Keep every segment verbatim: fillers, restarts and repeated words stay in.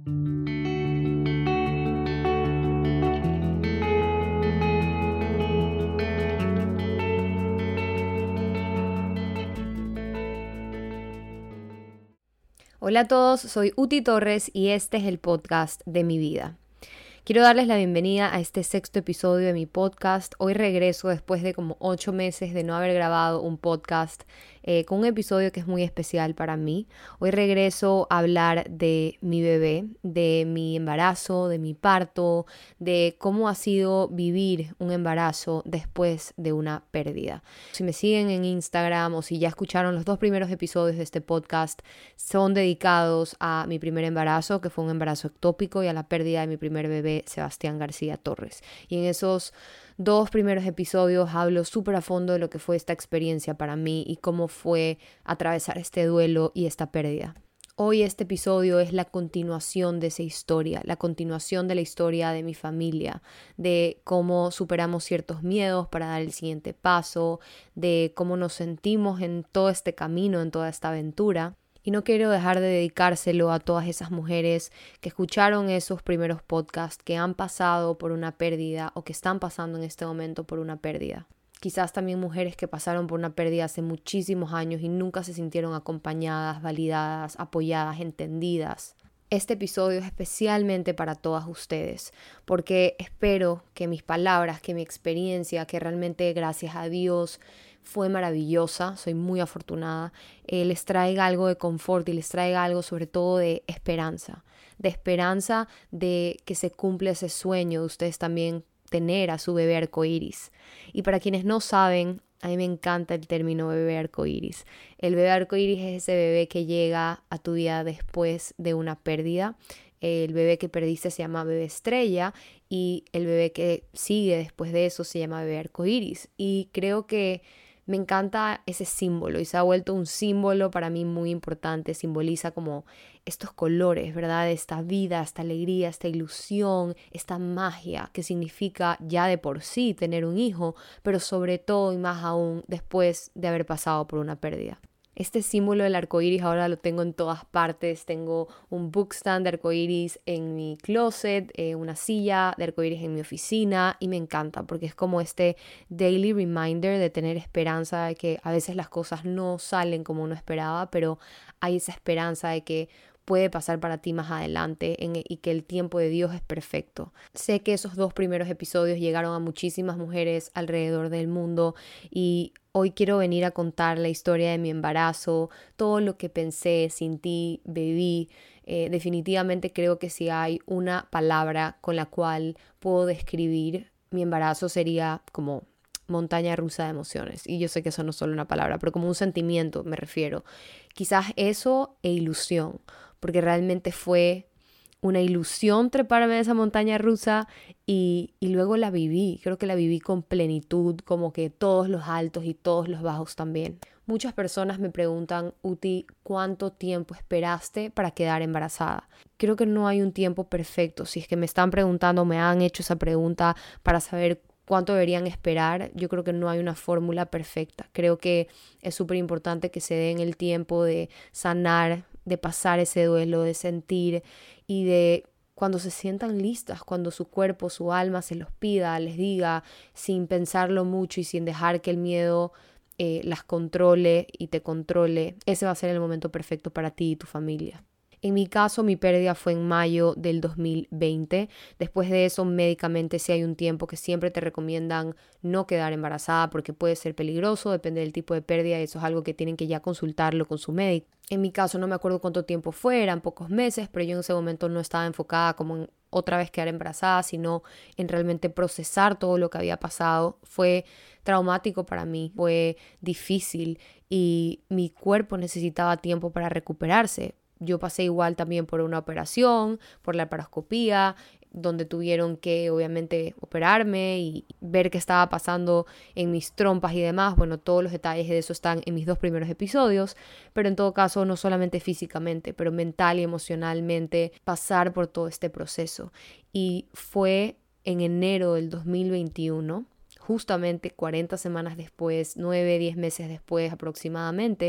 Hola a todos, soy Uti Torres y este es el podcast de mi vida. Quiero darles la bienvenida a este sexto episodio de mi podcast. Hoy regreso después de como ocho meses de no haber grabado un podcast eh, con un episodio que es muy especial para mí. Hoy regreso a hablar de mi bebé, de mi embarazo, de mi parto, de cómo ha sido vivir un embarazo después de una pérdida. Si me siguen en Instagram o si ya escucharon los dos primeros episodios de este podcast, son dedicados a mi primer embarazo, que fue un embarazo ectópico, y a la pérdida de mi primer bebé, Sebastián García Torres. Y en esos dos primeros episodios hablo súper a fondo de lo que fue esta experiencia para mí y cómo fue atravesar este duelo y esta pérdida. Hoy este episodio es la continuación de esa historia, la continuación de la historia de mi familia, de cómo superamos ciertos miedos para dar el siguiente paso, de cómo nos sentimos en todo este camino, en toda esta aventura. Y no quiero dejar de dedicárselo a todas esas mujeres que escucharon esos primeros podcasts, que han pasado por una pérdida o que están pasando en este momento por una pérdida. Quizás también mujeres que pasaron por una pérdida hace muchísimos años y nunca se sintieron acompañadas, validadas, apoyadas, entendidas. Este episodio es especialmente para todas ustedes, porque espero que mis palabras, que mi experiencia, que realmente gracias a Dios fue maravillosa, soy muy afortunada, eh, les traiga algo de confort y les traiga algo sobre todo de esperanza, de esperanza de que se cumpla ese sueño de ustedes también tener a su bebé arcoíris. Y para quienes no saben, a mí me encanta el término bebé arcoíris. El bebé arcoíris es ese bebé que llega a tu vida después de una pérdida. El bebé que perdiste se llama bebé estrella y el bebé que sigue después de eso se llama bebé arcoíris. Y creo que me encanta ese símbolo y se ha vuelto un símbolo para mí muy importante. Simboliza como estos colores, ¿verdad? Esta vida, esta alegría, esta ilusión, esta magia que significa ya de por sí tener un hijo, pero sobre todo y más aún después de haber pasado por una pérdida. Este símbolo del arcoíris ahora lo tengo en todas partes. Tengo un bookstand de arcoíris en mi closet, eh, una silla de arcoíris en mi oficina y me encanta porque es como este daily reminder de tener esperanza de que a veces las cosas no salen como uno esperaba, pero hay esa esperanza de que puede pasar para ti más adelante en, y que el tiempo de Dios es perfecto. Sé que esos dos primeros episodios llegaron a muchísimas mujeres alrededor del mundo y hoy quiero venir a contar la historia de mi embarazo, todo lo que pensé, sentí, viví. Eh, definitivamente creo que si hay una palabra con la cual puedo describir mi embarazo sería como montaña rusa de emociones. Y yo sé que eso no es solo una palabra, pero como un sentimiento me refiero. Quizás eso e ilusión, porque realmente fue una ilusión treparme de esa montaña rusa y, y luego la viví. Creo que la viví con plenitud, como que todos los altos y todos los bajos también. Muchas personas me preguntan, Uti, ¿cuánto tiempo esperaste para quedar embarazada? Creo que no hay un tiempo perfecto. Si es que me están preguntando, me han hecho esa pregunta para saber cuánto deberían esperar, yo creo que no hay una fórmula perfecta. Creo que es súper importante que se den el tiempo de sanar, de pasar ese duelo, de sentir y de cuando se sientan listas, cuando su cuerpo, su alma se los pida, les diga, sin pensarlo mucho y sin dejar que el miedo eh, las controle y te controle, ese va a ser el momento perfecto para ti y tu familia. En mi caso, mi pérdida fue en mayo del dos mil veinte. Después de eso, médicamente sí hay un tiempo que siempre te recomiendan no quedar embarazada porque puede ser peligroso, depende del tipo de pérdida y eso es algo que tienen que ya consultarlo con su médico. En mi caso, no me acuerdo cuánto tiempo fue, eran pocos meses, pero yo en ese momento no estaba enfocada como en otra vez quedar embarazada, sino en realmente procesar todo lo que había pasado. Fue traumático para mí, fue difícil y mi cuerpo necesitaba tiempo para recuperarse. Yo pasé igual también por una operación, por la laparoscopía, donde tuvieron que obviamente operarme y ver qué estaba pasando en mis trompas y demás. Bueno, todos los detalles de eso están en mis dos primeros episodios, pero en todo caso no solamente físicamente, pero mental y emocionalmente pasar por todo este proceso. Y fue en enero del dos mil veintiuno, justamente cuarenta semanas después, nueve, diez meses después aproximadamente,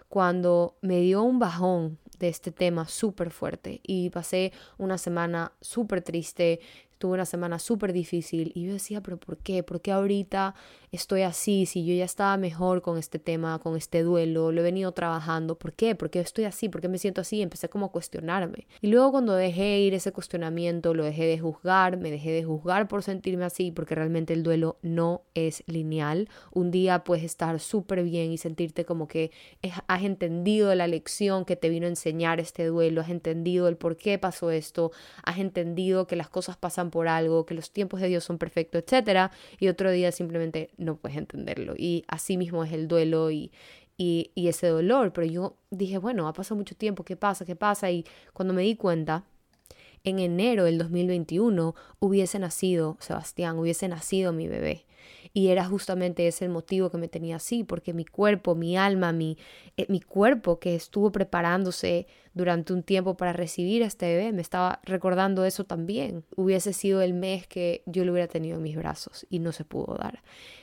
cuando me dio un bajón de este tema súper fuerte y pasé una semana súper triste, tuve una semana súper difícil y yo decía, pero ¿por qué? ¿Por qué ahorita estoy así? Si yo ya estaba mejor con este tema, con este duelo, lo he venido trabajando, ¿por qué? ¿Por qué estoy así? ¿Por qué me siento así? Empecé como a cuestionarme. Y luego cuando dejé ir ese cuestionamiento, lo dejé de juzgar, me dejé de juzgar por sentirme así, porque realmente el duelo no es lineal. Un día puedes estar súper bien y sentirte como que has entendido la lección que te vino a enseñar este duelo, has entendido el por qué pasó esto, has entendido que las cosas pasan por algo, que los tiempos de Dios son perfectos, etcétera, y otro día simplemente no puedes entenderlo. Y así mismo es el duelo y, y, y ese dolor. Pero yo dije, bueno, ha pasado mucho tiempo, ¿qué pasa? ¿Qué pasa? Y cuando me di cuenta, en enero del dos mil veintiuno hubiese nacido Sebastián, hubiese nacido mi bebé. Y era justamente ese el motivo que me tenía así, porque mi cuerpo, mi alma, mi, eh, mi cuerpo que estuvo preparándose durante un tiempo para recibir a este bebé, me estaba recordando eso también. Hubiese sido el mes que yo lo hubiera tenido en mis brazos y no se pudo dar.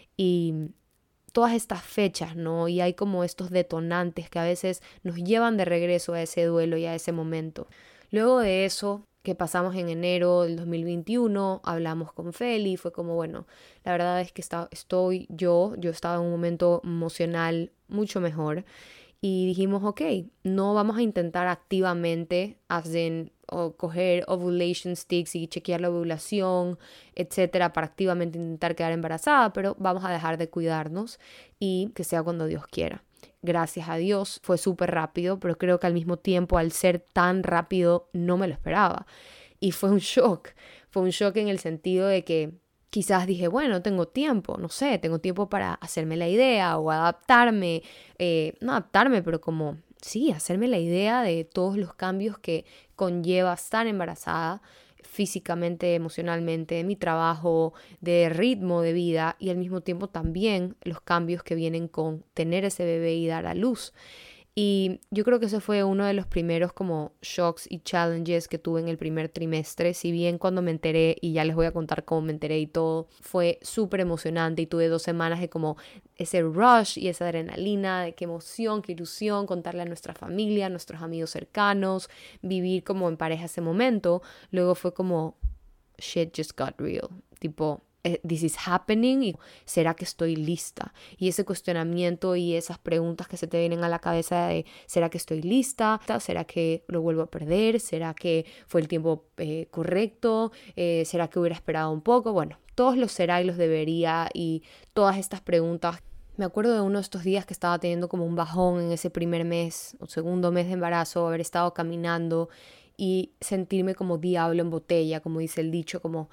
Y todas estas fechas, ¿no? Y hay como estos detonantes que a veces nos llevan de regreso a ese duelo y a ese momento. Luego de eso, que pasamos en enero del dos mil veintiuno, hablamos con Feli, fue como, bueno, la verdad es que está, estoy yo, yo estaba en un momento emocional mucho mejor y dijimos, ok, no vamos a intentar activamente, hacen, o coger ovulation sticks y chequear la ovulación, etcétera, para activamente intentar quedar embarazada, pero vamos a dejar de cuidarnos y que sea cuando Dios quiera. Gracias a Dios fue súper rápido, pero creo que al mismo tiempo, al ser tan rápido, no me lo esperaba. Y fue un shock, fue un shock en el sentido de que quizás dije, bueno, tengo tiempo, no sé, tengo tiempo para hacerme la idea o adaptarme, eh, no adaptarme, pero como, sí, hacerme la idea de todos los cambios que conlleva estar embarazada, físicamente, emocionalmente, de mi trabajo, de ritmo de vida y al mismo tiempo también los cambios que vienen con tener ese bebé y dar a luz. Y yo creo que ese fue uno de los primeros como shocks y challenges que tuve en el primer trimestre. Si bien cuando me enteré, y ya les voy a contar cómo me enteré y todo, fue súper emocionante y tuve dos semanas de como ese rush y esa adrenalina, de qué emoción, qué ilusión, contarle a nuestra familia, a nuestros amigos cercanos, vivir como en pareja ese momento. Luego fue como, shit just got real, tipo, this is happening y ¿será que estoy lista? Y ese cuestionamiento y esas preguntas que se te vienen a la cabeza de ¿será que estoy lista? ¿Será que lo vuelvo a perder? ¿Será que fue el tiempo eh, correcto? Eh, ¿será que hubiera esperado un poco? Bueno, todos los será y los debería y todas estas preguntas. Me acuerdo de uno de estos días que estaba teniendo como un bajón en ese primer mes o segundo mes de embarazo, haber estado caminando y sentirme como diablo en botella, como dice el dicho, como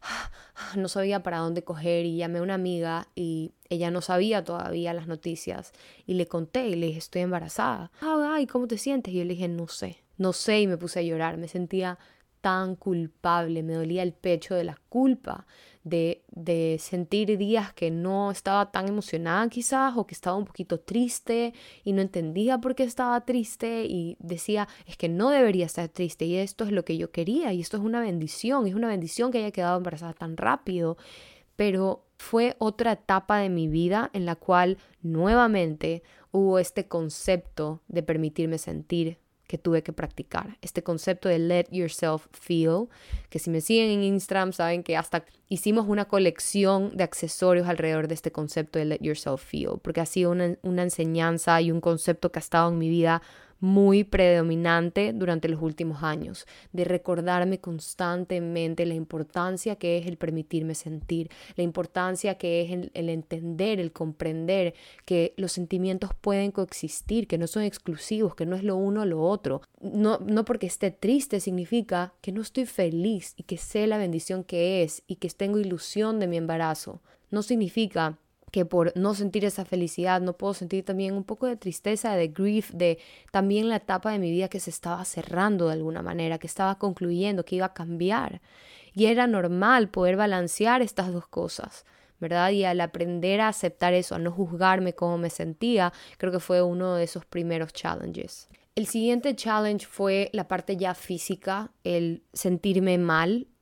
no sabía para dónde coger y llamé a una amiga y ella no sabía todavía las noticias y le conté y le dije estoy embarazada. Ay, ¿cómo te sientes? Y yo le dije no sé, no sé y me puse a llorar, me sentía tan culpable, me dolía el pecho de la culpa, de, de sentir días que no estaba tan emocionada quizás o que estaba un poquito triste y no entendía por qué estaba triste y decía es que no debería estar triste y esto es lo que yo quería y esto es una bendición, es una bendición que haya quedado embarazada tan rápido, pero fue otra etapa de mi vida en la cual nuevamente hubo este concepto de permitirme sentir que tuve que practicar. Este concepto de let yourself feel, que si me siguen en Instagram saben que hasta hicimos una colección de accesorios alrededor de este concepto de let yourself feel, porque ha sido una, una enseñanza y un concepto que ha estado en mi vida muy predominante durante los últimos años, de recordarme constantemente la importancia que es el permitirme sentir, la importancia que es el, el entender, el comprender que los sentimientos pueden coexistir, que no son exclusivos, que no es lo uno o lo otro. No, no porque esté triste significa que no estoy feliz y que sé la bendición que es y que tengo ilusión de mi embarazo. No significa que por no sentir esa felicidad no puedo sentir también un poco de tristeza, de grief, de también la etapa de mi vida que se estaba cerrando de alguna manera, que estaba concluyendo, que iba a cambiar. Y era normal poder balancear estas dos cosas, ¿verdad? Y al aprender a aceptar eso, a no juzgarme cómo me sentía, creo que fue uno de esos primeros challenges. El siguiente challenge fue la parte ya física, el sentirme mal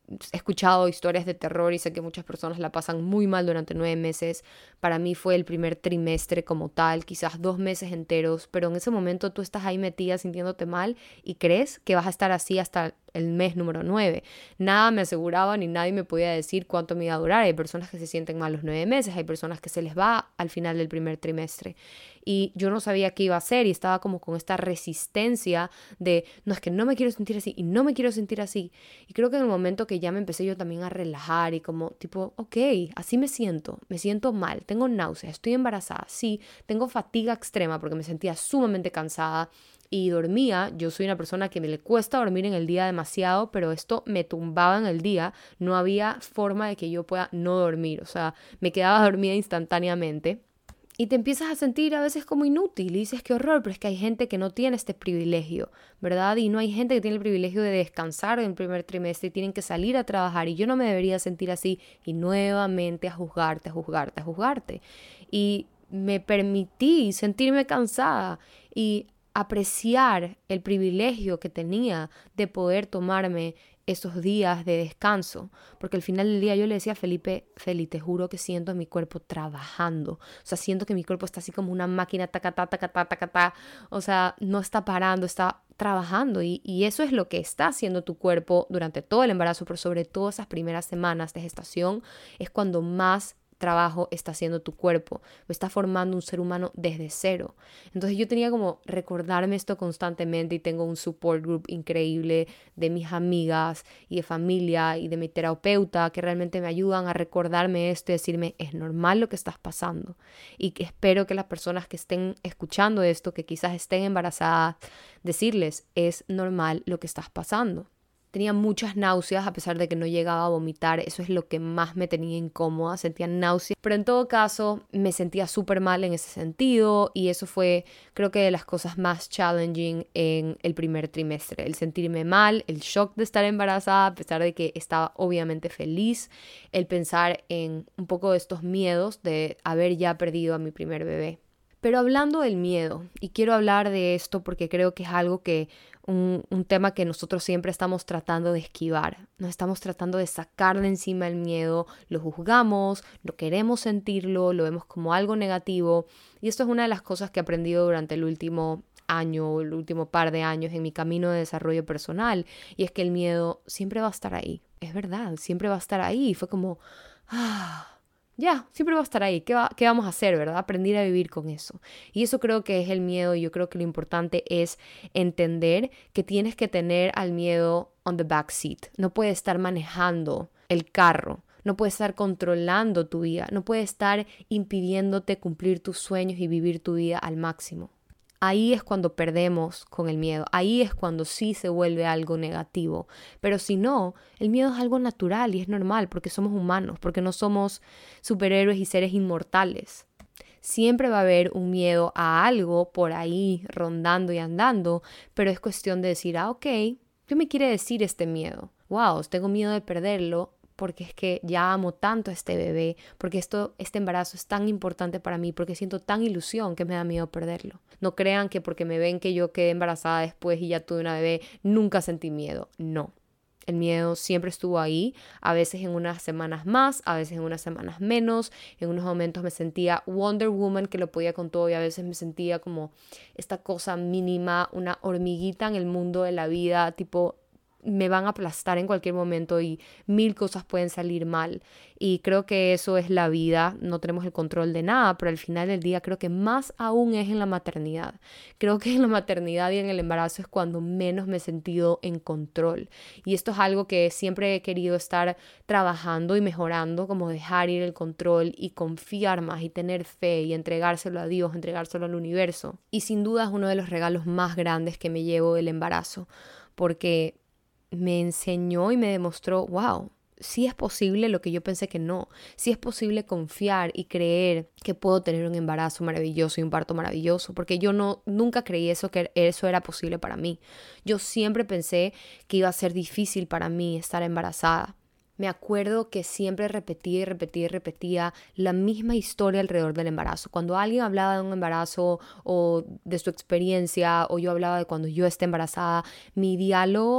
he escuchado historias de terror y sé que muchas personas la pasan muy mal durante nueve meses. Para mí fue el primer trimestre como tal, quizás dos meses enteros, pero en ese momento tú estás ahí metida sintiéndote mal y crees que vas a estar así hasta el mes número nueve. Nada me aseguraba ni nadie me podía decir cuánto me iba a durar. Hay personas que se sienten mal los nueve meses, hay personas que se les va al final del primer trimestre. Y yo no sabía qué iba a hacer y estaba como con esta resistencia de, no, es que no me quiero sentir así y no me quiero sentir así. Y creo que en el momento que ya me empecé yo también a relajar y como tipo, ok, así me siento, me siento mal, tengo náuseas, estoy embarazada, sí, tengo fatiga extrema porque me sentía sumamente cansada y dormía. Yo soy una persona que me le cuesta dormir en el día demasiado, pero esto me tumbaba en el día, no había forma de que yo pueda no dormir, o sea, me quedaba dormida instantáneamente. Y te empiezas a sentir a veces como inútil y dices qué horror, pero es que hay gente que no tiene este privilegio, ¿verdad? Y no hay gente que tiene el privilegio de descansar en el primer trimestre y tienen que salir a trabajar y yo no me debería sentir así y nuevamente a juzgarte, a juzgarte, a juzgarte. Y me permití sentirme cansada y apreciar el privilegio que tenía de poder tomarme esos días de descanso, porque al final del día yo le decía a Felipe, Feli, te juro que siento mi cuerpo trabajando, o sea, siento que mi cuerpo está así como una máquina, tacatá, tacatá, tacatá, o sea, no está parando, está trabajando y, y eso es lo que está haciendo tu cuerpo durante todo el embarazo, pero sobre todo esas primeras semanas de gestación es cuando más trabajo está haciendo tu cuerpo, lo está formando un ser humano desde cero. Entonces yo tenía como recordarme esto constantemente y tengo un support group increíble de mis amigas y de familia y de mi terapeuta que realmente me ayudan a recordarme esto y decirme es normal lo que estás pasando y que espero que las personas que estén escuchando esto, que quizás estén embarazadas, decirles es normal lo que estás pasando. Tenía muchas náuseas a pesar de que no llegaba a vomitar, eso es lo que más me tenía incómoda, sentía náuseas, pero en todo caso me sentía súper mal en ese sentido y eso fue creo que de las cosas más challenging en el primer trimestre, el sentirme mal, el shock de estar embarazada a pesar de que estaba obviamente feliz, el pensar en un poco de estos miedos de haber ya perdido a mi primer bebé. Pero hablando del miedo, y quiero hablar de esto porque creo que es algo que, un, un tema que nosotros siempre estamos tratando de esquivar, nos estamos tratando de sacar de encima el miedo, lo juzgamos, no queremos sentirlo, lo vemos como algo negativo, y esto es una de las cosas que he aprendido durante el último año, el último par de años en mi camino de desarrollo personal, y es que el miedo siempre va a estar ahí, es verdad, siempre va a estar ahí, y fue como, ah... Ya, siempre va a estar ahí. ¿Qué, va, ¿Qué vamos a hacer, verdad? Aprender a vivir con eso. Y eso creo que es el miedo. Y yo creo que lo importante es entender que tienes que tener al miedo on the back seat. No puedes estar manejando el carro. No puedes estar controlando tu vida. No puedes estar impidiéndote cumplir tus sueños y vivir tu vida al máximo. Ahí es cuando perdemos con el miedo, ahí es cuando sí se vuelve algo negativo, pero si no, el miedo es algo natural y es normal porque somos humanos, porque no somos superhéroes y seres inmortales. Siempre va a haber un miedo a algo por ahí rondando y andando, pero es cuestión de decir, ah, ok, ¿qué me quiere decir este miedo? Wow, tengo miedo de perderlo. Porque es que ya amo tanto a este bebé, porque esto, este embarazo es tan importante para mí, porque siento tan ilusión que me da miedo perderlo. No crean que porque me ven que yo quedé embarazada después y ya tuve una bebé, nunca sentí miedo. No. El miedo siempre estuvo ahí, a veces en unas semanas más, a veces en unas semanas menos. En unos momentos me sentía Wonder Woman, que lo podía con todo, y a veces me sentía como esta cosa mínima, una hormiguita en el mundo de la vida, tipo... me van a aplastar en cualquier momento y mil cosas pueden salir mal. Y creo que eso es la vida, no tenemos el control de nada, pero al final del día creo que más aún es en la maternidad. Creo que en la maternidad y en el embarazo es cuando menos me he sentido en control. Y esto es algo que siempre he querido estar trabajando y mejorando, como dejar ir el control y confiar más y tener fe y entregárselo a Dios, entregárselo al universo. Y sin duda es uno de los regalos más grandes que me llevo del embarazo, porque me enseñó y me demostró, wow, sí es posible lo que yo pensé que no, sí es posible confiar y creer que puedo tener un embarazo maravilloso y un parto maravilloso, porque yo no, nunca creí eso, que eso era posible para mí. Yo siempre pensé que iba a ser difícil para mí estar embarazada. Me acuerdo que siempre repetía y repetía y repetía la misma historia alrededor del embarazo. Cuando alguien hablaba de un embarazo o de su experiencia, o yo hablaba de cuando yo esté embarazada, mi diálogo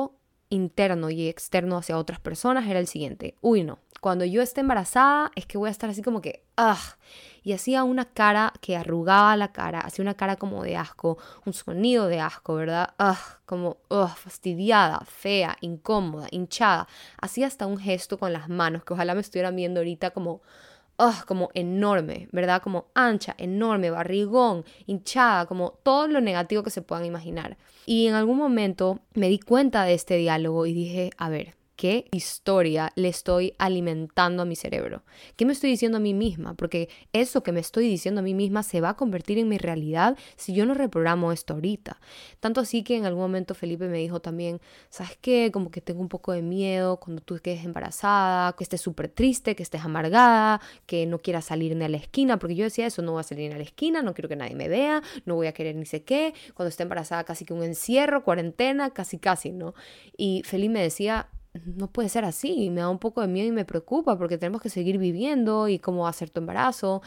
interno y externo hacia otras personas era el siguiente. Uy, no. Cuando yo esté embarazada es que voy a estar así como que, ¡ah! Y hacía una cara que arrugaba la cara, hacía una cara como de asco, un sonido de asco, ¿verdad? ¡Ah! Como, ¡ah! Fastidiada, fea, incómoda, hinchada. Hacía hasta un gesto con las manos, que ojalá me estuvieran viendo ahorita como... Oh, como enorme, ¿verdad? Como ancha, enorme, barrigón, hinchada, como todo lo negativo que se puedan imaginar. Y en algún momento me di cuenta de este diálogo y dije, a ver, ¿qué historia le estoy alimentando a mi cerebro? ¿Qué me estoy diciendo a mí misma? Porque eso que me estoy diciendo a mí misma se va a convertir en mi realidad si yo no reprogramo esto ahorita. Tanto así que en algún momento Felipe me dijo también, ¿sabes qué? Como que tengo un poco de miedo cuando tú quedes embarazada, que estés súper triste, que estés amargada, que no quieras salir ni a la esquina, porque yo decía eso, no voy a salir ni a la esquina, no quiero que nadie me vea, no voy a querer ni sé qué, cuando esté embarazada casi que un encierro, cuarentena, casi casi, ¿no? Y Felipe me decía, no puede ser así, me da un poco de miedo y me preocupa porque tenemos que seguir viviendo y cómo va a ser tu embarazo.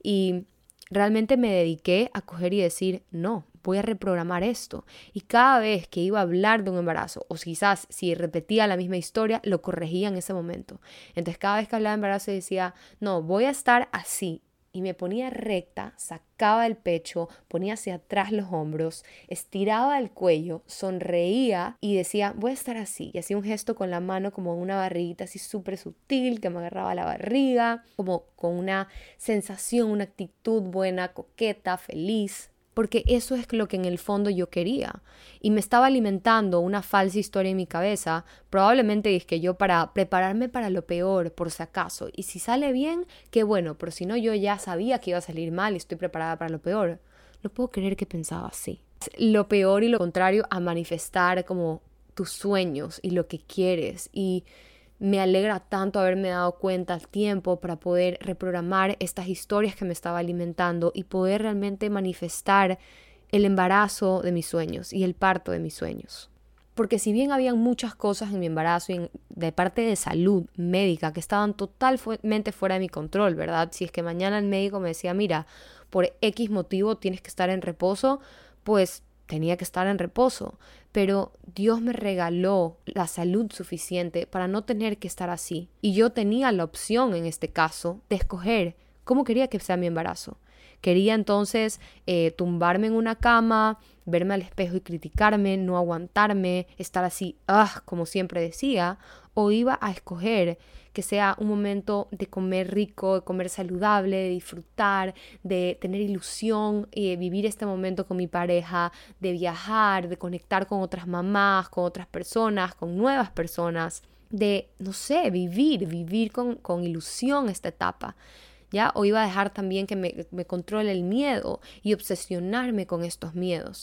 Y realmente me dediqué a coger y decir, no, voy a reprogramar esto. Y cada vez que iba a hablar de un embarazo, o quizás si repetía la misma historia, lo corregía en ese momento. Entonces cada vez que hablaba de embarazo decía, no, voy a estar así. Y me ponía recta, sacaba el pecho, ponía hacia atrás los hombros, estiraba el cuello, sonreía y decía, voy a estar así. Y hacía un gesto con la mano como una barriguita así súper sutil que me agarraba la barriga, como con una sensación, una actitud buena, coqueta, feliz. Porque eso es lo que en el fondo yo quería. Y me estaba alimentando una falsa historia en mi cabeza. Probablemente es que yo para prepararme para lo peor, por si acaso. Y si sale bien, qué bueno. Pero si no, yo ya sabía que iba a salir mal y estoy preparada para lo peor. No puedo creer que pensaba así. Lo peor y lo contrario a manifestar como tus sueños y lo que quieres. Y me alegra tanto haberme dado cuenta al tiempo para poder reprogramar estas historias que me estaba alimentando y poder realmente manifestar el embarazo de mis sueños y el parto de mis sueños. Porque si bien habían muchas cosas en mi embarazo y en, de parte de salud médica que estaban totalmente fuera de mi control, ¿verdad? Si es que mañana el médico me decía, mira, por X motivo tienes que estar en reposo, pues tenía que estar en reposo, pero Dios me regaló la salud suficiente para no tener que estar así. Y yo tenía la opción en este caso de escoger cómo quería que sea mi embarazo. Quería entonces eh, tumbarme en una cama, verme al espejo y criticarme, no aguantarme, estar así, ah, como siempre decía, o iba a escoger que sea un momento de comer rico, de comer saludable, de disfrutar, de tener ilusión, eh, vivir este momento con mi pareja, de viajar, de conectar con otras mamás, con otras personas, con nuevas personas, de, no sé, vivir, vivir con, con ilusión esta etapa. ¿Ya? O iba a dejar también que me, me controle el miedo y obsesionarme con estos miedos.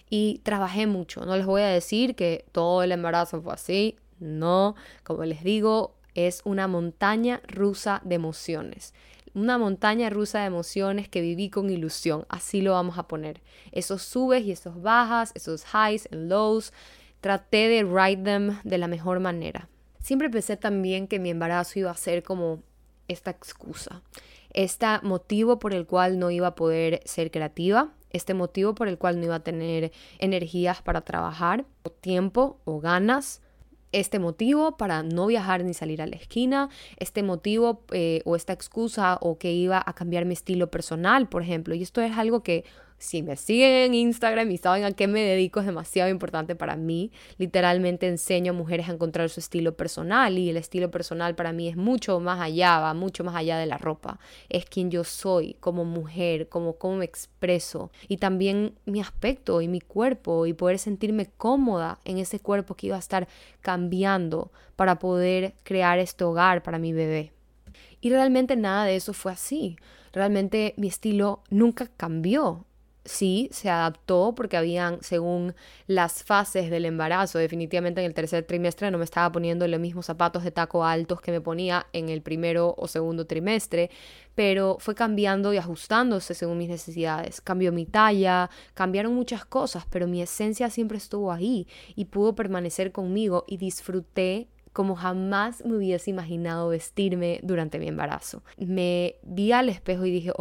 Y trabajé mucho. No les voy a decir que todo el embarazo fue así. No, como les digo, es una montaña rusa de emociones. Una montaña rusa de emociones que viví con ilusión. Así lo vamos a poner. Esos subes y esos bajas, esos highs and lows. Traté de ride them de la mejor manera. Siempre pensé también que mi embarazo iba a ser como esta excusa, este motivo por el cual no iba a poder ser creativa, este motivo por el cual no iba a tener energías para trabajar, o tiempo o ganas, este motivo para no viajar ni salir a la esquina, este motivo eh, o esta excusa o que iba a cambiar mi estilo personal, por ejemplo. Y esto es algo que si me siguen en Instagram y saben a qué me dedico es demasiado importante para mí. Literalmente enseño a mujeres a encontrar su estilo personal y el estilo personal para mí es mucho más allá, va mucho más allá de la ropa. Es quien yo soy como mujer, como cómo me expreso y también mi aspecto y mi cuerpo y poder sentirme cómoda en ese cuerpo que iba a estar cambiando para poder crear este hogar para mi bebé. Y realmente nada de eso fue así. Realmente mi estilo nunca cambió. Sí, se adaptó porque habían, según las fases del embarazo, definitivamente en el tercer trimestre no me estaba poniendo los mismos zapatos de taco altos que me ponía en el primero o segundo trimestre, pero fue cambiando y ajustándose según mis necesidades. Cambió mi talla, cambiaron muchas cosas, pero mi esencia siempre estuvo ahí y pudo permanecer conmigo y disfruté como jamás me hubiese imaginado vestirme durante mi embarazo. Me vi al espejo y dije, ok,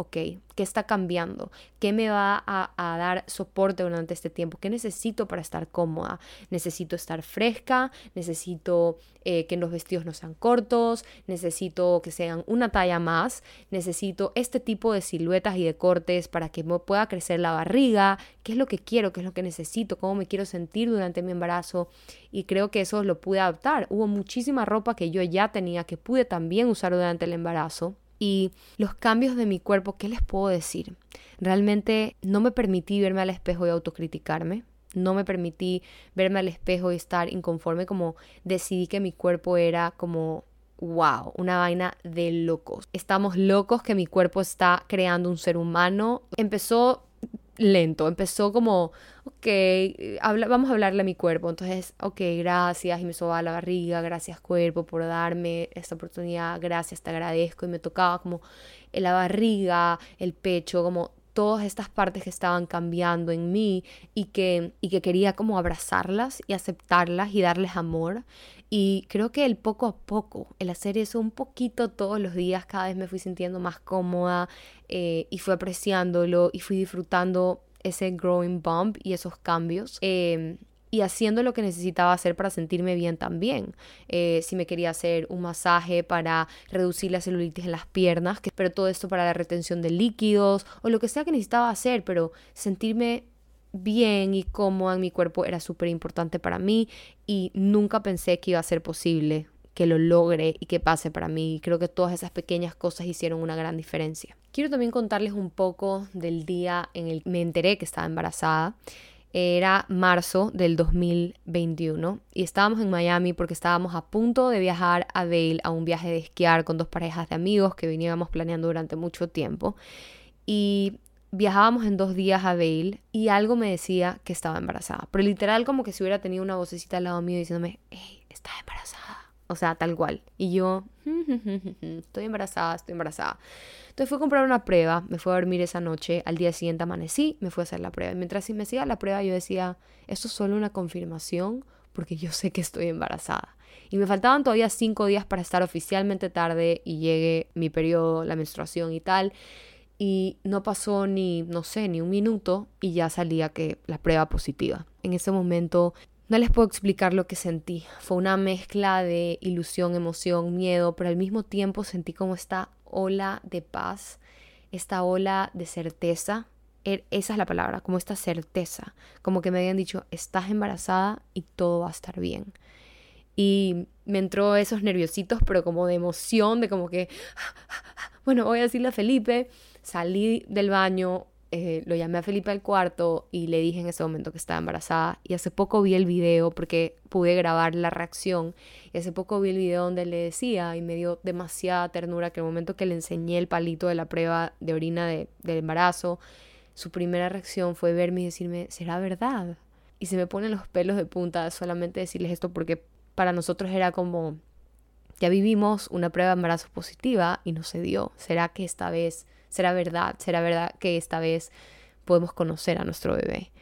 ¿Qué está cambiando? ¿Qué me va a, a dar soporte durante este tiempo? ¿Qué necesito para estar cómoda? ¿Necesito estar fresca? ¿Necesito eh, que los vestidos no sean cortos? ¿Necesito que sean una talla más? ¿Necesito este tipo de siluetas y de cortes para que me pueda crecer la barriga? ¿Qué es lo que quiero? ¿Qué es lo que necesito? ¿Cómo me quiero sentir durante mi embarazo? Y creo que eso lo pude adaptar. Hubo muchísima ropa que yo ya tenía que pude también usar durante el embarazo. Y los cambios de mi cuerpo, ¿qué les puedo decir? Realmente no me permití verme al espejo y autocriticarme. No me permití verme al espejo y estar inconforme, como decidí que mi cuerpo era como, wow, una vaina de locos. Estamos locos que mi cuerpo está creando un ser humano. Empezó lento, empezó como, ok, habla, vamos a hablarle a mi cuerpo. Entonces, ok, gracias, y me sobaba la barriga, gracias cuerpo por darme esta oportunidad, gracias, te agradezco. Y me tocaba como la barriga, el pecho, como todas estas partes que estaban cambiando en mí y que, y que quería como abrazarlas y aceptarlas y darles amor. Y creo que el poco a poco, el hacer eso un poquito todos los días, cada vez me fui sintiendo más cómoda eh, y fui apreciándolo y fui disfrutando ese growing bump y esos cambios. Eh, y haciendo lo que necesitaba hacer para sentirme bien también. Eh, si me quería hacer un masaje para reducir la celulitis en las piernas, que, pero todo esto para la retención de líquidos o lo que sea que necesitaba hacer, pero sentirme bien y cómoda en mi cuerpo era súper importante para mí y nunca pensé que iba a ser posible que lo logre y que pase para mí. Creo que todas esas pequeñas cosas hicieron una gran diferencia. Quiero también contarles un poco del día en el que me enteré que estaba embarazada. Era marzo del dos mil veintiuno y estábamos en Miami porque estábamos a punto de viajar a Vail a un viaje de esquiar con dos parejas de amigos que veníamos planeando durante mucho tiempo. Y viajábamos en dos días a Vail y algo me decía que estaba embarazada. Pero literal como que si hubiera tenido una vocecita al lado mío diciéndome, hey, estás embarazada. O sea, tal cual. Y yo, estoy embarazada, estoy embarazada. Entonces fui a comprar una prueba, me fui a dormir esa noche, al día siguiente amanecí, me fui a hacer la prueba. Y mientras me hacía la prueba yo decía, esto es solo una confirmación porque yo sé que estoy embarazada. Y me faltaban todavía cinco días para estar oficialmente tarde y llegue mi periodo, la menstruación y tal. Y no pasó ni, no sé, ni un minuto y ya salía que la prueba positiva. En ese momento no les puedo explicar lo que sentí. Fue una mezcla de ilusión, emoción, miedo, pero al mismo tiempo sentí como esta ola de paz, esta ola de certeza. Esa es la palabra, como esta certeza. Como que me habían dicho, estás embarazada y todo va a estar bien. Y me entró esos nerviositos, pero como de emoción, de como que, bueno, voy a decirle a Felipe. Salí del baño, eh, lo llamé a Felipe al cuarto y le dije en ese momento que estaba embarazada. Y hace poco vi el video porque pude grabar la reacción. Y hace poco vi el video donde le decía y me dio demasiada ternura que el momento que le enseñé el palito de la prueba de orina de, del embarazo, su primera reacción fue verme y decirme, ¿será verdad? Y se me ponen los pelos de punta solamente decirles esto porque para nosotros era como, ya vivimos una prueba de embarazo positiva y no se dio. ¿Será que esta vez, será verdad? ¿Será verdad que esta vez podemos conocer a nuestro bebé?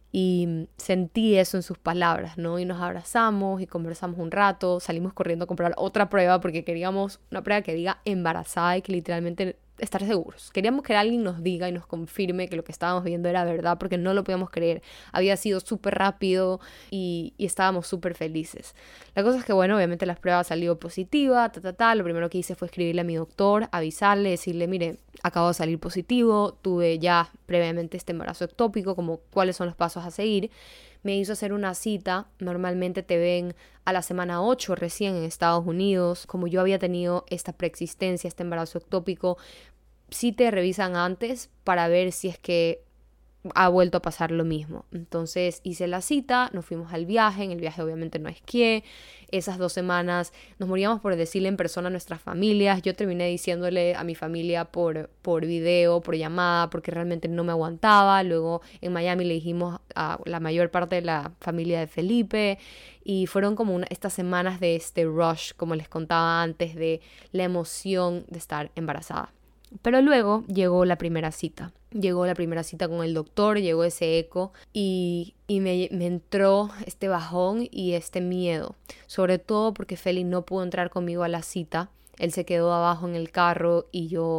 Y sentí eso en sus palabras, ¿no? Y nos abrazamos y conversamos un rato, salimos corriendo a comprar otra prueba porque queríamos una prueba que diga embarazada y que literalmente estar seguros. Queríamos que alguien nos diga y nos confirme que lo que estábamos viendo era verdad porque no lo podíamos creer. Había sido súper rápido y, y estábamos súper felices. La cosa es que, bueno, obviamente la prueba salió positiva, ta, ta, ta. Lo primero que hice fue escribirle a mi doctor, avisarle, decirle, mire, acabo de salir positivo, tuve ya previamente este embarazo ectópico, como cuáles son los pasos a seguir. Me hizo hacer una cita, normalmente te ven a la semana ocho recién en Estados Unidos. Como yo había tenido esta preexistencia, este embarazo ectópico, sí te revisan antes para ver si es que ha vuelto a pasar lo mismo. Entonces hice la cita, nos fuimos al viaje, en el viaje obviamente no esquié, esas dos semanas nos moríamos por decirle en persona a nuestras familias, yo terminé diciéndole a mi familia por, por video, por llamada, porque realmente no me aguantaba. Luego en Miami le dijimos a la mayor parte de la familia de Felipe y fueron como una, estas semanas de este rush, como les contaba antes, de la emoción de estar embarazada. Pero luego llegó la primera cita. Llegó la primera cita con el doctor, llegó ese eco y, y me, me entró este bajón y este miedo. Sobre todo porque Feli no pudo entrar conmigo a la cita. Él se quedó abajo en el carro y yo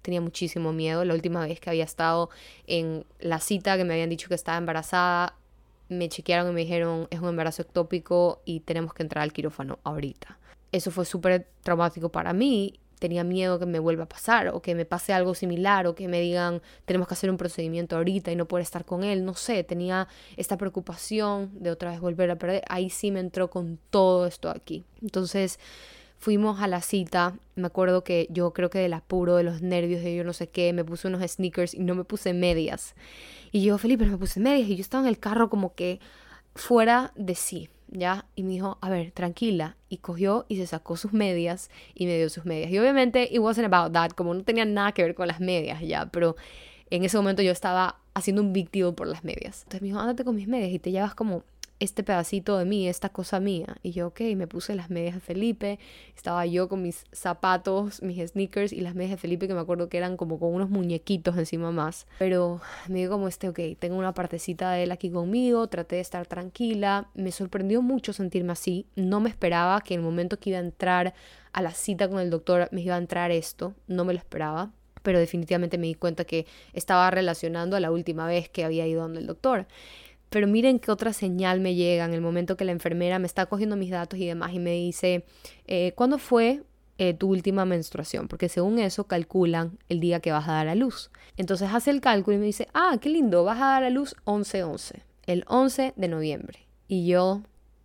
tenía muchísimo miedo. La última vez que había estado en la cita que me habían dicho que estaba embarazada, me chequearon y me dijeron es un embarazo ectópico y tenemos que entrar al quirófano ahorita. Eso fue súper traumático para mí. Tenía miedo que me vuelva a pasar o que me pase algo similar o que me digan tenemos que hacer un procedimiento ahorita y no poder estar con él. No sé, tenía esta preocupación de otra vez volver a perder. Ahí sí me entró con todo esto aquí. Entonces fuimos a la cita. Me acuerdo que yo creo que del apuro, de los nervios, de yo no sé qué, me puse unos sneakers y no me puse medias. Y yo, Felipe, me puse medias y yo estaba en el carro como que fuera de sí, ¿ya? Y me dijo, a ver, tranquila. Y cogió y se sacó sus medias y me dio sus medias. Y obviamente, it wasn't about that, como no tenía nada que ver con las medias, ¿ya? Pero en ese momento yo estaba haciendo un big deal por las medias. Entonces me dijo, ándate con mis medias y te llevas como este pedacito de mí, esta cosa mía. Y yo, ok, me puse las medias de Felipe. Estaba yo con mis zapatos, mis sneakers y las medias de Felipe, que me acuerdo que eran como con unos muñequitos encima más. Pero me dio como este, ok, tengo una partecita de él aquí conmigo, traté de estar tranquila. Me sorprendió mucho sentirme así. No me esperaba que en el momento que iba a entrar a la cita con el doctor me iba a entrar esto. No me lo esperaba. Pero definitivamente me di cuenta que estaba relacionando a la última vez que había ido donde el doctor. Pero miren qué otra señal me llega en el momento que la enfermera me está cogiendo mis datos y demás y me dice, eh, ¿cuándo fue eh, tu última menstruación? Porque según eso calculan el día que vas a dar a luz. Entonces hace el cálculo y me dice, ah, qué lindo, vas a dar a luz once once, el once de noviembre. Y yo,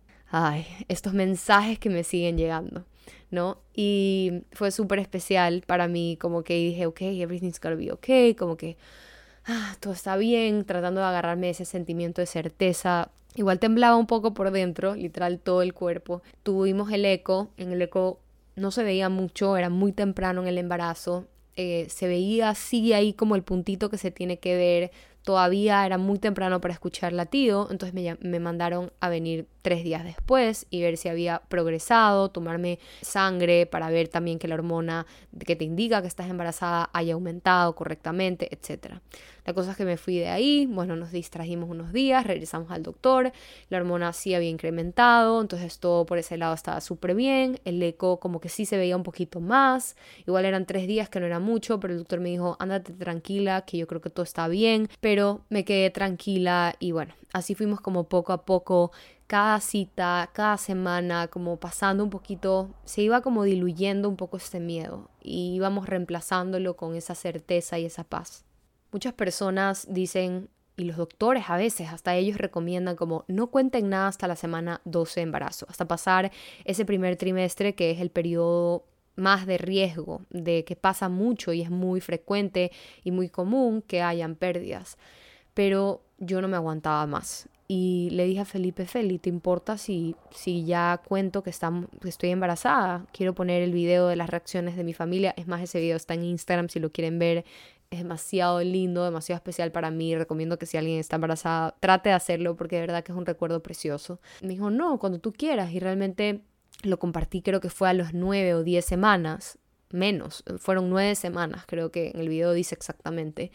ay, estos mensajes que me siguen llegando, ¿no? Y fue súper especial para mí, como que dije, ok, everything's gonna be okay, como que ah, todo está bien, tratando de agarrarme ese sentimiento de certeza. Igual temblaba un poco por dentro, literal todo el cuerpo. Tuvimos el eco, en el eco no se veía mucho, era muy temprano en el embarazo. Eh, se veía así ahí como el puntito que se tiene que ver. Todavía era muy temprano para escuchar latido, entonces me, me mandaron a venir tres días después y ver si había progresado, tomarme sangre para ver también que la hormona que te indica que estás embarazada haya aumentado correctamente, etcétera. La cosa es que me fui de ahí, bueno, nos distrajimos unos días, regresamos al doctor, la hormona sí había incrementado, entonces todo por ese lado estaba súper bien, el eco como que sí se veía un poquito más, igual eran tres días que no era mucho, pero el doctor me dijo, ándate tranquila, que yo creo que todo está bien, pero me quedé tranquila y bueno, así fuimos como poco a poco, cada cita, cada semana, como pasando un poquito, se iba como diluyendo un poco este miedo y íbamos reemplazándolo con esa certeza y esa paz. Muchas personas dicen, y los doctores a veces, hasta ellos recomiendan como no cuenten nada hasta la semana doce de embarazo, hasta pasar ese primer trimestre que es el periodo más de riesgo, de que pasa mucho y es muy frecuente y muy común que hayan pérdidas. Pero yo no me aguantaba más. Y le dije a Felipe, Feli, ¿te importa si, si ya cuento que, está, que estoy embarazada? Quiero poner el video de las reacciones de mi familia. Es más, ese video está en Instagram si lo quieren ver. Es demasiado lindo, demasiado especial para mí. Recomiendo que si alguien está embarazada, trate de hacerlo porque de verdad que es un recuerdo precioso. Me dijo, no, cuando tú quieras. Y realmente lo compartí, creo que fue a los nueve o diez semanas. Menos, fueron nueve semanas, creo que en el video dice exactamente.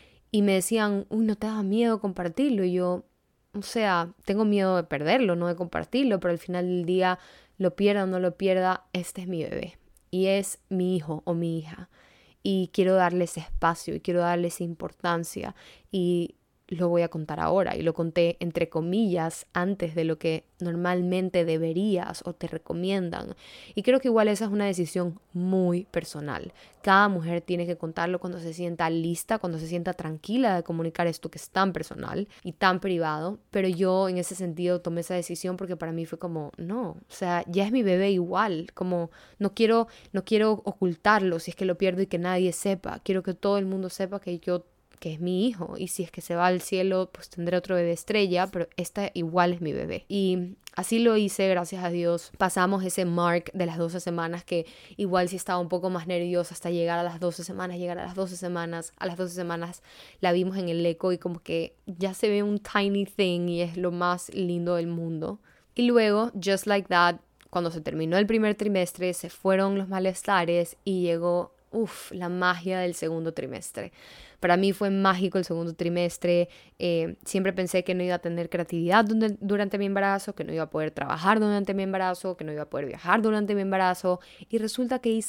Y me decían, uy, ¿no te da miedo compartirlo? Y yo, o sea, tengo miedo de perderlo, no de compartirlo, pero al final del día, lo pierda o no lo pierda, este es mi bebé. Y es mi hijo o mi hija. Y quiero darle ese espacio y quiero darle esa importancia. Y lo voy a contar ahora. Y lo conté entre comillas antes de lo que normalmente deberías o te recomiendan. Y creo que igual esa es una decisión muy personal. Cada mujer tiene que contarlo cuando se sienta lista, cuando se sienta tranquila de comunicar esto que es tan personal y tan privado. Pero yo en ese sentido tomé esa decisión porque para mí fue como, no, o sea, ya es mi bebé igual. Como no quiero, no quiero ocultarlo si es que lo pierdo y que nadie sepa. Quiero que todo el mundo sepa que yo que es mi hijo, y si es que se va al cielo, pues tendré otro bebé estrella, pero esta igual es mi bebé. Y así lo hice, gracias a Dios. Pasamos ese mark de las doce semanas, que igual sí estaba un poco más nerviosa hasta llegar a las doce semanas, llegar a las doce semanas, a las doce semanas la vimos en el eco y como que ya se ve un tiny thing y es lo más lindo del mundo. Y luego, just like that, cuando se terminó el primer trimestre, se fueron los malestares y llegó, uff, la magia del segundo trimestre. Para mí fue mágico el segundo trimestre. Eh, siempre pensé que no iba a tener creatividad durante, durante mi embarazo, que no iba a poder trabajar durante mi embarazo, que no iba a poder viajar durante mi embarazo. Y resulta que hice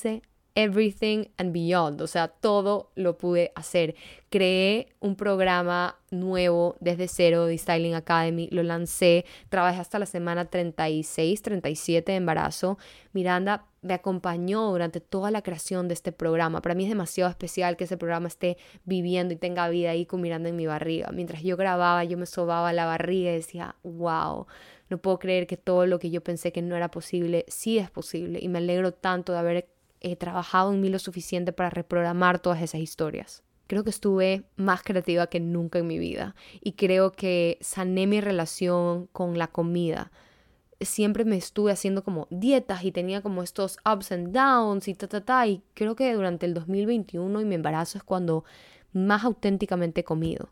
everything and beyond, o sea, todo lo pude hacer. Creé un programa nuevo desde cero de Styling Academy, lo lancé, trabajé hasta la semana treinta y seis, treinta y siete de embarazo. Miranda me acompañó durante toda la creación de este programa. Para mí es demasiado especial que ese programa esté viviendo y tenga vida ahí con Miranda en mi barriga. Mientras yo grababa, yo me sobaba la barriga y decía, wow, no puedo creer que todo lo que yo pensé que no era posible, sí es posible. Y me alegro tanto de haber He trabajado en mí lo suficiente para reprogramar todas esas historias. Creo que estuve más creativa que nunca en mi vida y creo que sané mi relación con la comida. Siempre me estuve haciendo como dietas y tenía como estos ups and downs y ta ta ta, y creo que durante el dos mil veintiuno y mi embarazo es cuando más auténticamente he comido.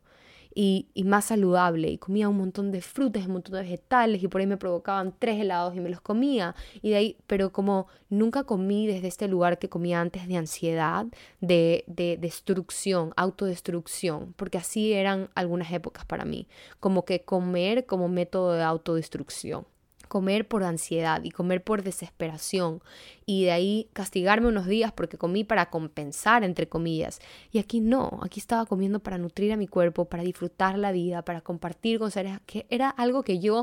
Y, y más saludable, y comía un montón de frutas, un montón de vegetales, y por ahí me provocaban tres helados y me los comía, y de ahí, pero como nunca comí desde este lugar que comía antes de ansiedad, de, de destrucción, autodestrucción, porque así eran algunas épocas para mí, como que comer como método de autodestrucción. Comer por ansiedad y comer por desesperación, y de ahí castigarme unos días porque comí para compensar, entre comillas. Y aquí no, aquí estaba comiendo para nutrir a mi cuerpo, para disfrutar la vida, para compartir con seres, que era algo que yo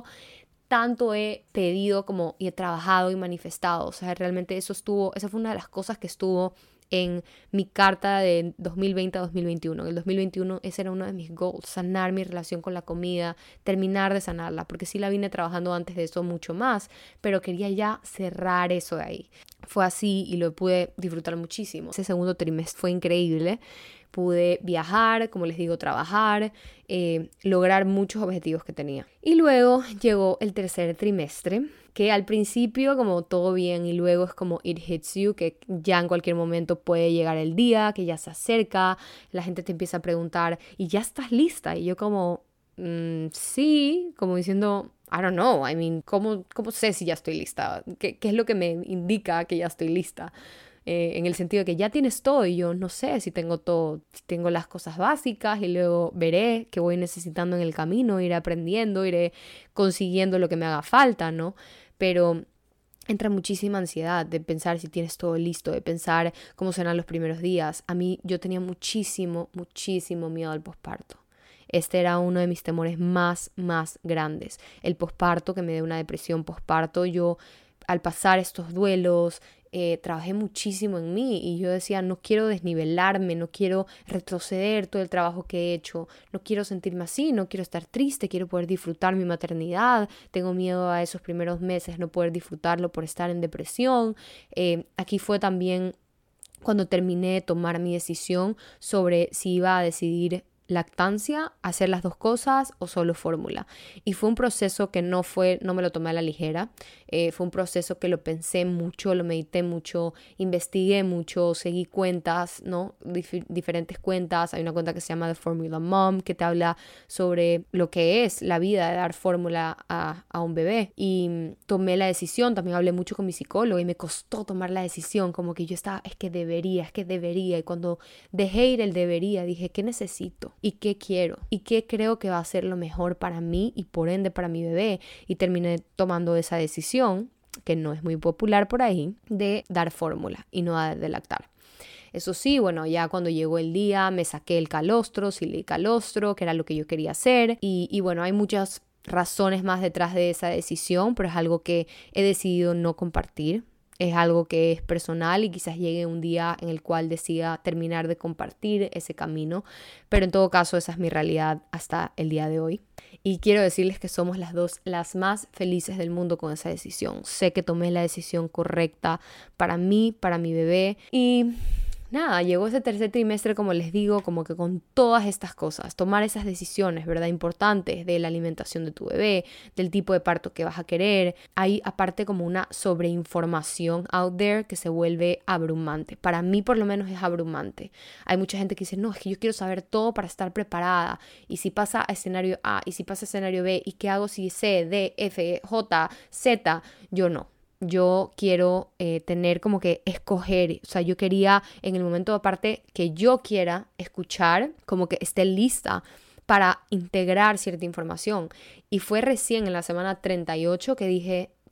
tanto he pedido como y he trabajado y manifestado. O sea, realmente eso estuvo, esa fue una de las cosas que estuvo en mi carta de dos mil veinte a dos mil veintiuno. En el dos mil veintiuno ese era uno de mis goals, sanar mi relación con la comida, terminar de sanarla, porque sí la vine trabajando antes de eso mucho más, pero quería ya cerrar eso de ahí. Fue así y lo pude disfrutar muchísimo. Ese segundo trimestre fue increíble. Pude viajar, como les digo, trabajar, eh, lograr muchos objetivos que tenía. Y luego llegó el tercer trimestre, que al principio como todo bien y luego es como it hits you, que ya en cualquier momento puede llegar el día, que ya se acerca, la gente te empieza a preguntar, ¿y ya estás lista? Y yo como, mm, sí, como diciendo, I don't know, I mean, ¿cómo, cómo sé si ya estoy lista? ¿Qué, qué es lo que me indica que ya estoy lista? Eh, en el sentido de que ya tienes todo y yo no sé si tengo todo, si tengo las cosas básicas y luego veré qué voy necesitando en el camino, iré aprendiendo, iré consiguiendo lo que me haga falta, ¿no? Pero entra muchísima ansiedad de pensar si tienes todo listo, de pensar cómo serán los primeros días. A mí yo tenía muchísimo, muchísimo miedo al posparto. Este era uno de mis temores más, más grandes. El posparto, que me dé una depresión posparto. Yo, al pasar estos duelos, Eh, trabajé muchísimo en mí y yo decía, no quiero desnivelarme, no quiero retroceder todo el trabajo que he hecho, no quiero sentirme así, no quiero estar triste, quiero poder disfrutar mi maternidad, tengo miedo a esos primeros meses no poder disfrutarlo por estar en depresión. Eh, aquí fue también cuando terminé de tomar mi decisión sobre si iba a decidir lactancia, hacer las dos cosas o solo fórmula. Y fue un proceso que no fue, no me lo tomé a la ligera, eh, fue un proceso que lo pensé mucho, lo medité mucho, investigué mucho, seguí cuentas, ¿no? Dif- diferentes cuentas. Hay una cuenta que se llama The Formula Mom, que te habla sobre lo que es la vida de dar fórmula a, a un bebé. Y tomé la decisión, también hablé mucho con mi psicólogo y me costó tomar la decisión, como que yo estaba, es que debería, es que debería. Y cuando dejé ir el debería, dije, ¿qué necesito? ¿Y qué quiero? ¿Y qué creo que va a ser lo mejor para mí y por ende para mi bebé? Y terminé tomando esa decisión, que no es muy popular por ahí, de dar fórmula y no de lactar. Eso sí, bueno, ya cuando llegó el día me saqué el calostro, silicalostro, que era lo que yo quería hacer. Y, y bueno, hay muchas razones más detrás de esa decisión, pero es algo que he decidido no compartir. Es algo que es personal y quizás llegue un día en el cual decida terminar de compartir ese camino, pero en todo caso esa es mi realidad hasta el día de hoy. Y quiero decirles que somos las dos las más felices del mundo con esa decisión. Sé que tomé la decisión correcta para mí, para mi bebé y nada, llegó ese tercer trimestre, como les digo, como que con todas estas cosas, tomar esas decisiones, ¿verdad? Importantes de la alimentación de tu bebé, del tipo de parto que vas a querer. Hay aparte como una sobreinformación out there que se vuelve abrumante. Para mí por lo menos es abrumante. Hay mucha gente que dice, no, es que yo quiero saber todo para estar preparada. Y si pasa a escenario A, y si pasa a escenario B, ¿y qué hago si C, D, F, J, Z? Yo no. Yo quiero eh, tener como que escoger, o sea, yo quería en el momento aparte que yo quiera escuchar, como que esté lista para integrar cierta información. Y fue recién en la semana treinta y ocho que dije,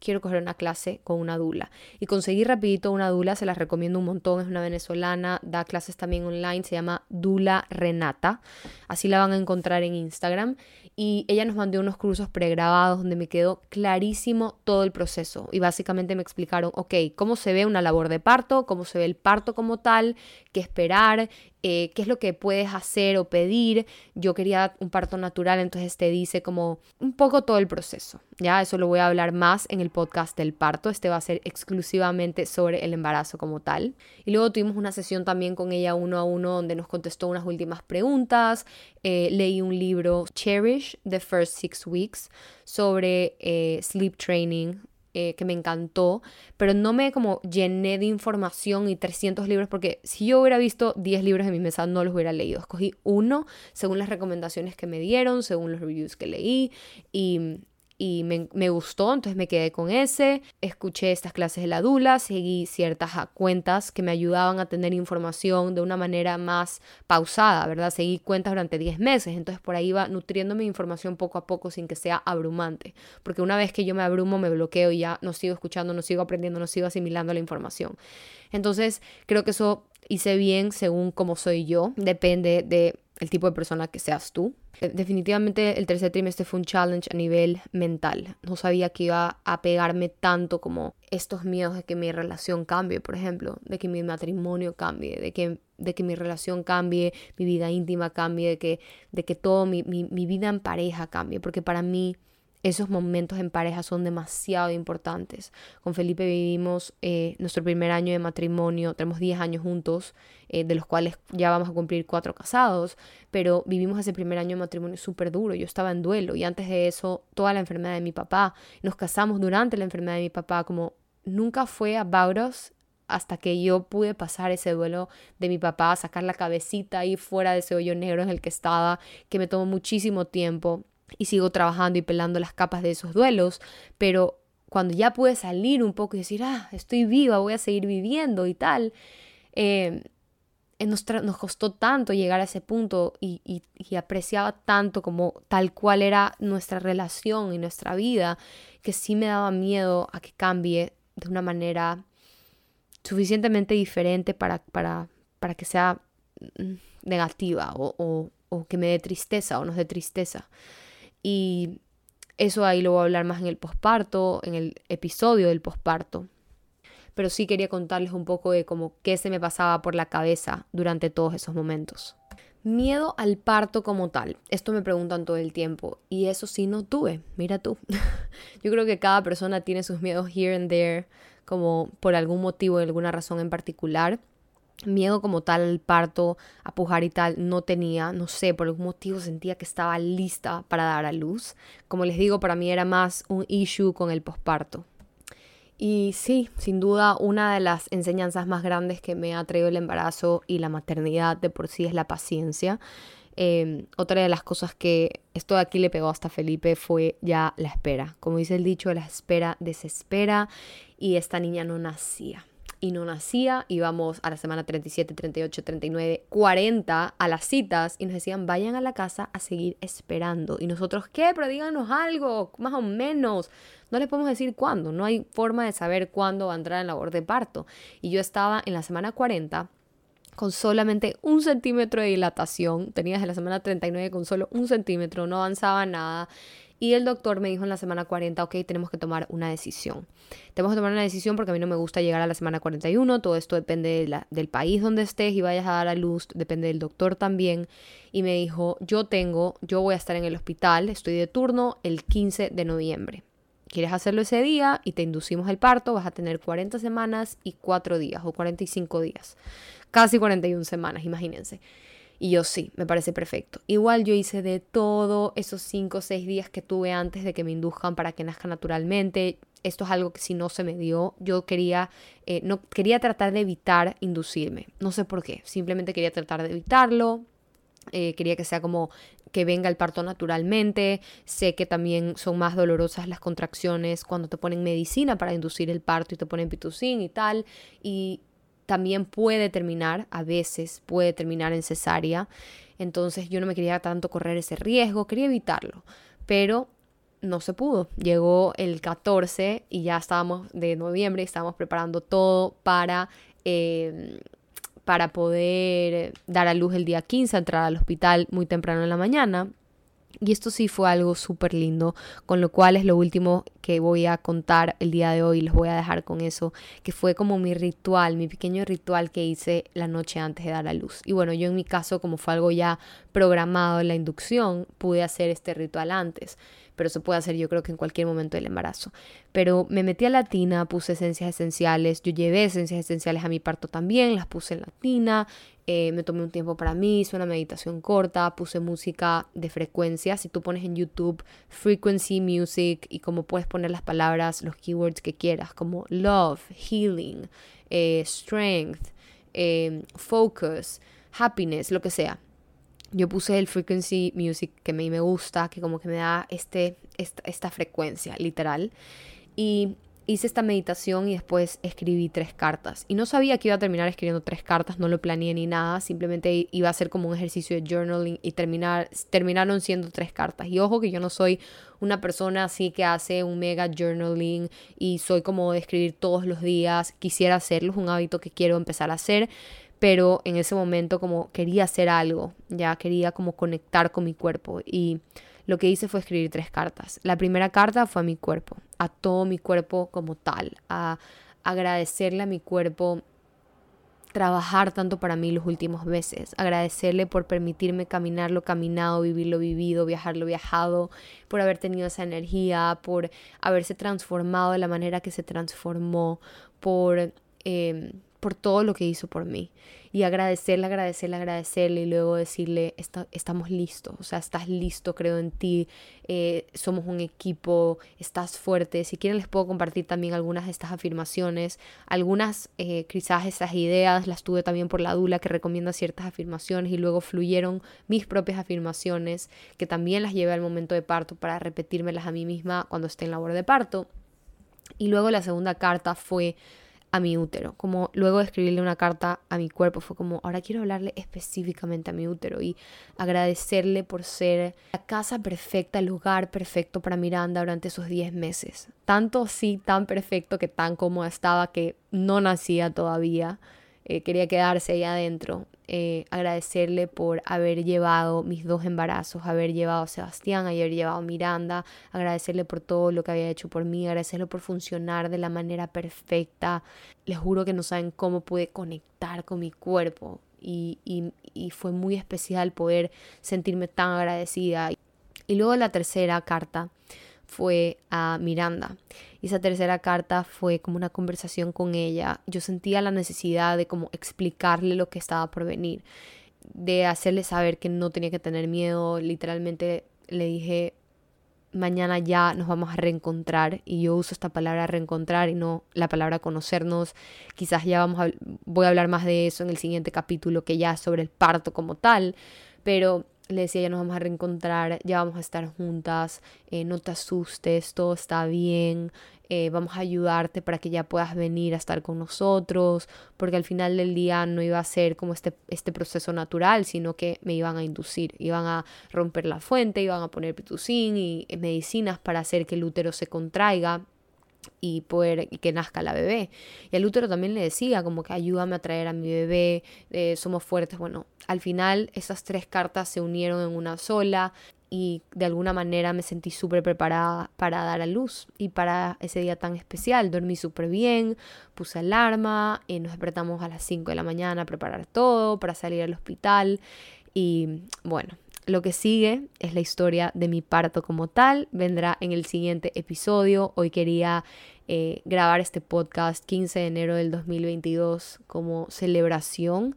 quiero coger una clase con una dula. Y conseguí rapidito una dula, se las recomiendo un montón, es una venezolana, da clases también online, se llama Dula Renata, así la van a encontrar en Instagram. Y ella nos mandó unos cursos pregrabados donde me quedó clarísimo todo el proceso. Y básicamente me explicaron, ok, cómo se ve una labor de parto, cómo se ve el parto como tal, qué esperar, eh, qué es lo que puedes hacer o pedir. Yo quería un parto natural, entonces te dice como un poco todo el proceso. Ya, eso lo voy a hablar más en el podcast del parto. Este va a ser exclusivamente sobre el embarazo como tal. Y luego tuvimos una sesión también con ella uno a uno donde nos contestó unas últimas preguntas. Eh, leí un libro, Cherish the First Six Weeks, sobre eh, sleep training, eh, que me encantó, pero no me como llené de información y trescientos libros, porque si yo hubiera visto diez libros en mi mesa no los hubiera leído. Escogí uno según las recomendaciones que me dieron, según los reviews que leí, y... y me, me gustó, entonces me quedé con ese. Escuché estas clases de la dula, seguí ciertas cuentas que me ayudaban a tener información de una manera más pausada, ¿verdad? Seguí cuentas durante diez meses, entonces por ahí iba nutriéndome información poco a poco sin que sea abrumante, porque una vez que yo me abrumo me bloqueo y ya no sigo escuchando, no sigo aprendiendo, no sigo asimilando la información. Entonces creo que eso hice bien según cómo soy yo, depende de el tipo de persona que seas tú. Definitivamente el tercer trimestre fue un challenge a nivel mental. No sabía que iba a pegarme tanto como estos miedos de que mi relación cambie, por ejemplo, de que mi matrimonio cambie, de que, de que mi relación cambie, mi vida íntima cambie, de que, de que todo mi, mi, mi vida en pareja cambie, porque para mí esos momentos en pareja son demasiado importantes. Con Felipe vivimos eh, nuestro primer año de matrimonio, tenemos diez años juntos, eh, de los cuales ya vamos a cumplir cuatro casados, pero vivimos ese primer año de matrimonio súper duro. Yo estaba en duelo y antes de eso toda la enfermedad de mi papá. Nos casamos durante la enfermedad de mi papá, como nunca fue about us hasta que yo pude pasar ese duelo de mi papá, sacar la cabecita ahí fuera de ese hoyo negro en el que estaba, que me tomó muchísimo tiempo. Y sigo trabajando y pelando las capas de esos duelos, pero cuando ya pude salir un poco y decir, ah, estoy viva, voy a seguir viviendo y tal, eh, nos, tra- nos costó tanto llegar a ese punto y, y, y apreciaba tanto como tal cual era nuestra relación y nuestra vida, que sí me daba miedo a que cambie de una manera suficientemente diferente para, para, para que sea negativa o, o, o que me dé tristeza o nos dé tristeza. Y eso ahí lo voy a hablar más en el posparto, en el episodio del posparto. Pero sí quería contarles un poco de cómo qué se me pasaba por la cabeza durante todos esos momentos. Miedo al parto como tal. Esto me preguntan todo el tiempo. Y eso sí no tuve. Mira tú. Yo creo que cada persona tiene sus miedos here and there, como por algún motivo, alguna razón en particular. Miedo como tal al parto, a pujar y tal, no tenía, no sé, por algún motivo sentía que estaba lista para dar a luz. Como les digo, para mí era más un issue con el posparto. Y sí, sin duda, una de las enseñanzas más grandes que me ha traído el embarazo y la maternidad de por sí es la paciencia. Eh, otra de las cosas que esto de aquí le pegó hasta Felipe fue ya la espera. Como dice el dicho, la espera desespera, y esta niña no nacía. Y no nacía, íbamos a la semana treinta y siete, treinta y ocho, treinta y nueve, cuarenta a las citas y nos decían, vayan a la casa a seguir esperando. Y nosotros, ¿qué? Pero díganos algo, más o menos. No les podemos decir cuándo, no hay forma de saber cuándo va a entrar en labor de parto. Y yo estaba en la semana cuarenta con solamente un centímetro de dilatación, tenía desde la semana treinta y nueve con solo un centímetro, no avanzaba nada. Y el doctor me dijo en la semana cuarenta, ok, tenemos que tomar una decisión. Tenemos que tomar una decisión porque a mí no me gusta llegar a la semana cuarenta y uno. Todo esto depende de la, del país donde estés y vayas a dar a luz. Depende del doctor también. Y me dijo, yo tengo, yo voy a estar en el hospital, estoy de turno el quince de noviembre. ¿Quieres hacerlo ese día? Y te inducimos el parto. Vas a tener cuarenta semanas y cuatro días o cuarenta y cinco días. Casi cuarenta y una semanas, imagínense. Y yo sí, me parece perfecto. Igual yo hice de todo esos cinco o seis días que tuve antes de que me induzcan para que nazca naturalmente. Esto es algo que si no se me dio, yo quería, eh, no, quería tratar de evitar inducirme. No sé por qué, simplemente quería tratar de evitarlo. Eh, quería que sea como que venga el parto naturalmente. Sé que también son más dolorosas las contracciones cuando te ponen medicina para inducir el parto y te ponen pitocin y tal. Y también puede terminar, a veces puede terminar en cesárea. Entonces yo no me quería tanto correr ese riesgo, quería evitarlo. Pero no se pudo. Llegó el catorce y ya estábamos de noviembre, estábamos preparando todo para, eh, para poder dar a luz el día quince, entrar al hospital muy temprano en la mañana. Y esto sí fue algo súper lindo, con lo cual es lo último que voy a contar el día de hoy. Les voy a dejar con eso, que fue como mi ritual, mi pequeño ritual que hice la noche antes de dar a luz. Y bueno, yo en mi caso, como fue algo ya programado en la inducción, pude hacer este ritual antes. Pero se puede hacer yo creo que en cualquier momento del embarazo. Pero me metí a la tina, puse esencias esenciales, yo llevé esencias esenciales a mi parto también, las puse en la tina, eh, me tomé un tiempo para mí, hice una meditación corta, puse música de frecuencia. Si tú pones en YouTube frequency music y como puedes poner las palabras, los keywords que quieras, como love, healing, eh, strength, eh, focus, happiness, lo que sea. Yo puse el frequency music que a mí me gusta, que como que me da este, esta, esta frecuencia, literal. Y hice esta meditación y después escribí tres cartas. Y no sabía que iba a terminar escribiendo tres cartas, no lo planeé ni nada. Simplemente iba a ser como un ejercicio de journaling y terminar, terminaron siendo tres cartas. Y ojo que yo no soy una persona así que hace un mega journaling y soy como de escribir todos los días. Quisiera hacerlo, es un hábito que quiero empezar a hacer. Pero en ese momento como quería hacer algo, ya quería como conectar con mi cuerpo y lo que hice fue escribir tres cartas. La primera carta fue a mi cuerpo, a todo mi cuerpo como tal, a agradecerle a mi cuerpo trabajar tanto para mí los últimos meses, agradecerle por permitirme caminar lo caminado, vivir lo vivido, viajar lo viajado, por haber tenido esa energía, por haberse transformado de la manera que se transformó, por... Eh, por todo lo que hizo por mí y agradecerle, agradecerle, agradecerle y luego decirle, Está, estamos listos, o sea, estás listo, creo en ti, eh, somos un equipo, estás fuerte. Si quieren les puedo compartir también algunas de estas afirmaciones, algunas eh, quizás esas ideas las tuve también por la doula que recomienda ciertas afirmaciones y luego fluyeron mis propias afirmaciones que también las llevé al momento de parto para repetírmelas a mí misma cuando esté en labor de parto. Y luego la segunda carta fue a mi útero, como luego de escribirle una carta a mi cuerpo, fue como, ahora quiero hablarle específicamente a mi útero y agradecerle por ser la casa perfecta, el lugar perfecto para Miranda durante esos diez meses. Tanto sí, tan perfecto que tan cómoda estaba que no nacía todavía, eh, quería quedarse ahí adentro. Eh, agradecerle por haber llevado mis dos embarazos, haber llevado a Sebastián, haber llevado a Miranda, agradecerle por todo lo que había hecho por mí, agradecerle por funcionar de la manera perfecta. Les juro que no saben cómo pude conectar con mi cuerpo y, y, y fue muy especial poder sentirme tan agradecida. Y luego la tercera carta fue a Miranda. Y esa tercera carta fue como una conversación con ella. Yo sentía la necesidad de como explicarle lo que estaba por venir, de hacerle saber que no tenía que tener miedo. Literalmente le dije, mañana ya nos vamos a reencontrar, y yo uso esta palabra reencontrar y no la palabra conocernos. Quizás ya vamos a, voy a hablar más de eso en el siguiente capítulo, que ya es sobre el parto como tal, pero le decía, ya nos vamos a reencontrar, ya vamos a estar juntas, eh, no te asustes, todo está bien, eh, vamos a ayudarte para que ya puedas venir a estar con nosotros, porque al final del día no iba a ser como este, este proceso natural, sino que me iban a inducir, iban a romper la fuente, iban a poner pitocin y medicinas para hacer que el útero se contraiga y poder y que nazca la bebé. Y al útero también le decía como que ayúdame a traer a mi bebé, eh, somos fuertes. Bueno, al final esas tres cartas se unieron en una sola y de alguna manera me sentí súper preparada para dar a luz y para ese día tan especial. Dormí súper bien, puse alarma, eh, nos despertamos a las cinco de la mañana a preparar todo para salir al hospital y bueno, lo que sigue es la historia de mi parto como tal. Vendrá en el siguiente episodio. Hoy quería eh, grabar este podcast quince de enero del dos mil veintidós como celebración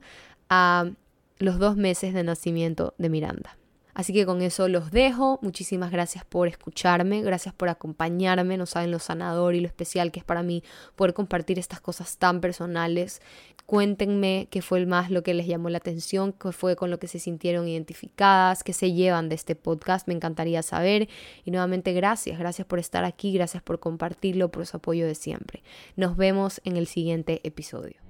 a los dos meses de nacimiento de Miranda. Así que con eso los dejo. Muchísimas gracias por escucharme, gracias por acompañarme. No saben lo sanador y lo especial que es para mí poder compartir estas cosas tan personales. Cuéntenme qué fue más lo que les llamó la atención, qué fue con lo que se sintieron identificadas, qué se llevan de este podcast. Me encantaría saber. Y nuevamente gracias, gracias por estar aquí, gracias por compartirlo, por su apoyo de siempre. Nos vemos en el siguiente episodio.